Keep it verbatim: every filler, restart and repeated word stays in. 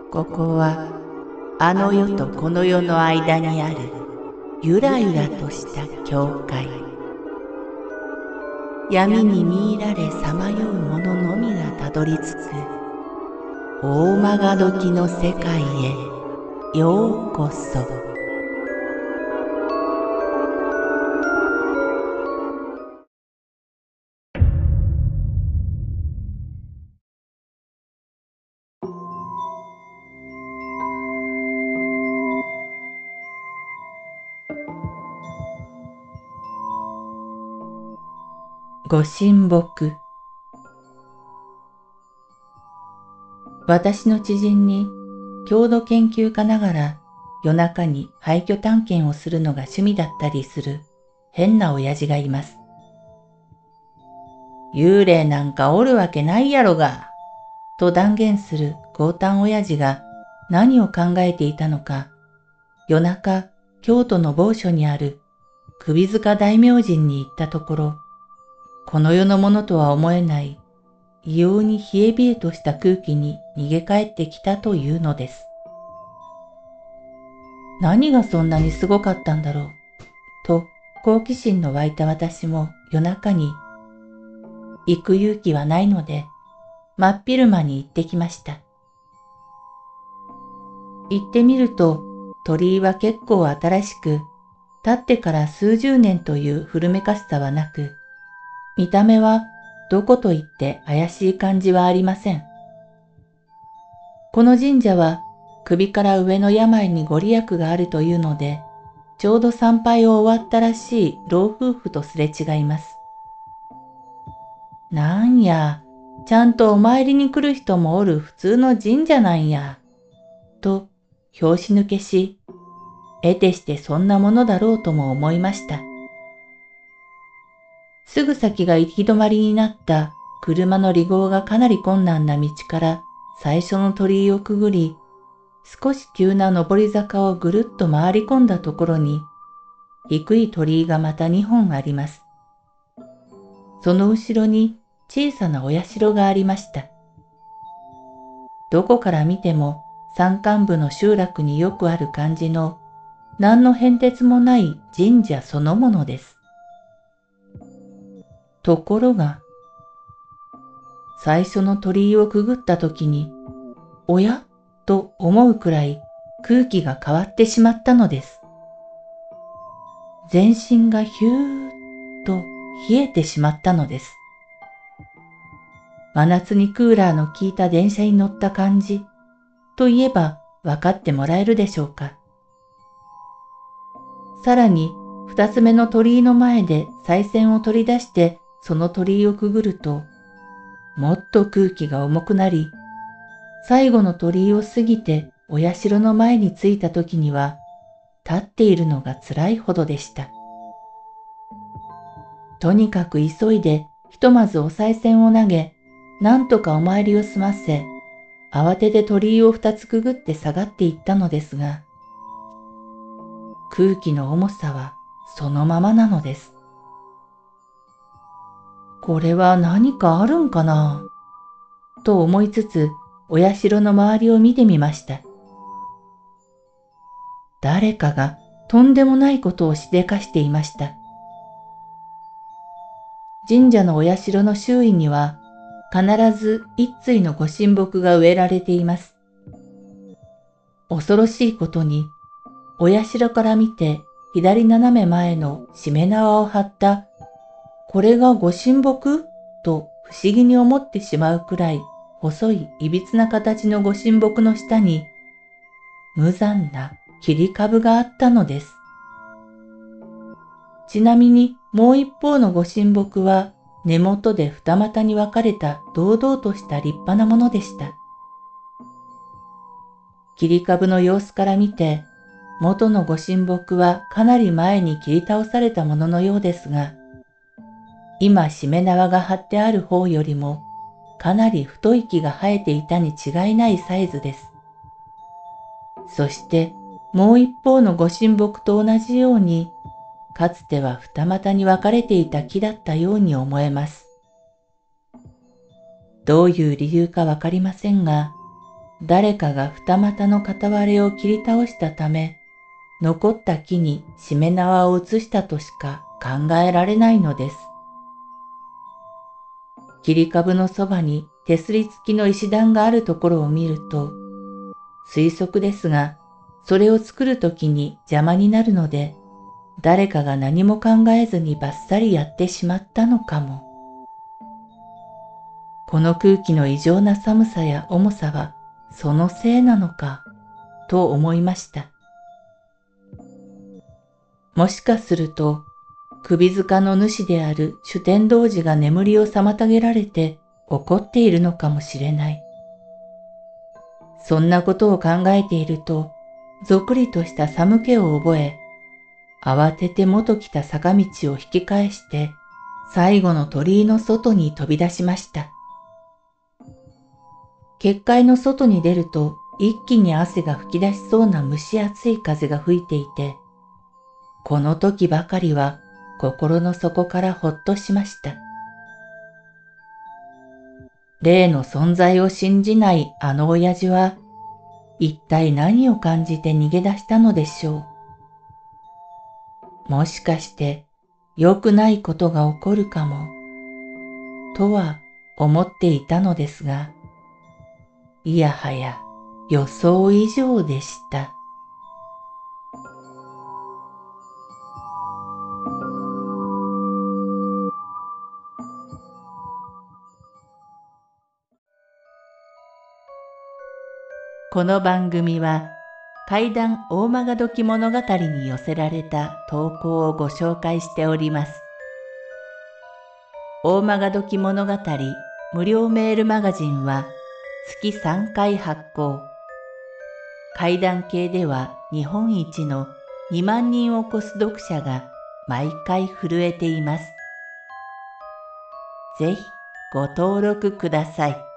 ここはあの世とこの世の間にあるゆらゆらとした境界。闇に見入られさまよう者のみがたどり着く大曲どきの世界へようこそ。ご神木。私の知人に郷土研究家ながら夜中に廃墟探検をするのが趣味だったりする変な親父がいます。幽霊なんかおるわけないやろが、と断言する強胆親父が何を考えていたのか、夜中京都の某所にある首塚大明神に行ったところ、この世のものとは思えない異様に冷え冷えとした空気に逃げ帰ってきたというのです。何がそんなにすごかったんだろう、と好奇心の湧いた私も夜中に行く勇気はないので真っ昼間に行ってきました。行ってみると鳥居は結構新しく、建ってから数十年という古めかしさはなく、見た目はどこと言って怪しい感じはありません。この神社は首から上の病にご利益があるというので、ちょうど参拝を終わったらしい老夫婦とすれ違います。なんや、ちゃんとお参りに来る人もおる普通の神社なんや、と拍子抜けし、得てしてそんなものだろうとも思いました。すぐ先が行き止まりになった車の離合がかなり困難な道から最初の鳥居をくぐり、少し急な上り坂をぐるっと回り込んだところに、低い鳥居がまたにほんあります。その後ろに小さなお社がありました。どこから見ても山間部の集落によくある感じの何の変哲もない神社そのものです。ところが、最初の鳥居をくぐった時に、おやと思うくらい空気が変わってしまったのです。全身がヒューッと冷えてしまったのです。真夏にクーラーの効いた電車に乗った感じといえば分かってもらえるでしょうか。さらに二つ目の鳥居の前で賽銭を取り出してその鳥居をくぐると、もっと空気が重くなり、最後の鳥居を過ぎてお社の前に着いた時には、立っているのが辛いほどでした。とにかく急いでひとまずお賽銭を投げ、なんとかお参りを済ませ、慌てて鳥居を二つくぐって下がっていったのですが、空気の重さはそのままなのです。これは何かあるんかなと思いつつ、お社の周りを見てみました。誰かがとんでもないことをしでかしていました。神社のお社の周囲には必ず一対のご神木が植えられています。恐ろしいことに、お社から見て左斜め前のしめ縄を張った、これがご神木と不思議に思ってしまうくらい細いいびつな形のご神木の下に、無残な切り株があったのです。ちなみにもう一方のご神木は根元で二股に分かれた堂々とした立派なものでした。切り株の様子から見て、元のご神木はかなり前に切り倒されたもののようですが、今しめ縄が張ってある方よりもかなり太い木が生えていたに違いないサイズです。そしてもう一方のご神木と同じように、かつては二股に分かれていた木だったように思えます。どういう理由かわかりませんが、 誰かが二股の片割れを切り倒したため、残った木にしめ縄を移したとしか考えられないのです。切り株のそばに手すり付きの石段があるところを見ると、推測ですが、それを作るときに邪魔になるので、誰かが何も考えずにバッサリやってしまったのかも。この空気の異常な寒さや重さはそのせいなのか、と思いました。もしかすると、首塚の主である主天童寺が眠りを妨げられて怒っているのかもしれない。そんなことを考えていると、ぞくりとした寒気を覚え、慌てて元来た坂道を引き返して、最後の鳥居の外に飛び出しました。結界の外に出ると、一気に汗が吹き出しそうな蒸し暑い風が吹いていて、この時ばかりは心の底からほっとしました。霊の存在を信じないあの親父は、一体何を感じて逃げ出したのでしょう。もしかして良くないことが起こるかも、とは思っていたのですが、いやはや予想以上でした。この番組は怪談大曲どき物語に寄せられた投稿をご紹介しております。大曲どき物語無料メールマガジンは月さんかい発行。怪談系では日本一のにまんにんを超す読者が毎回震えています。ぜひご登録ください。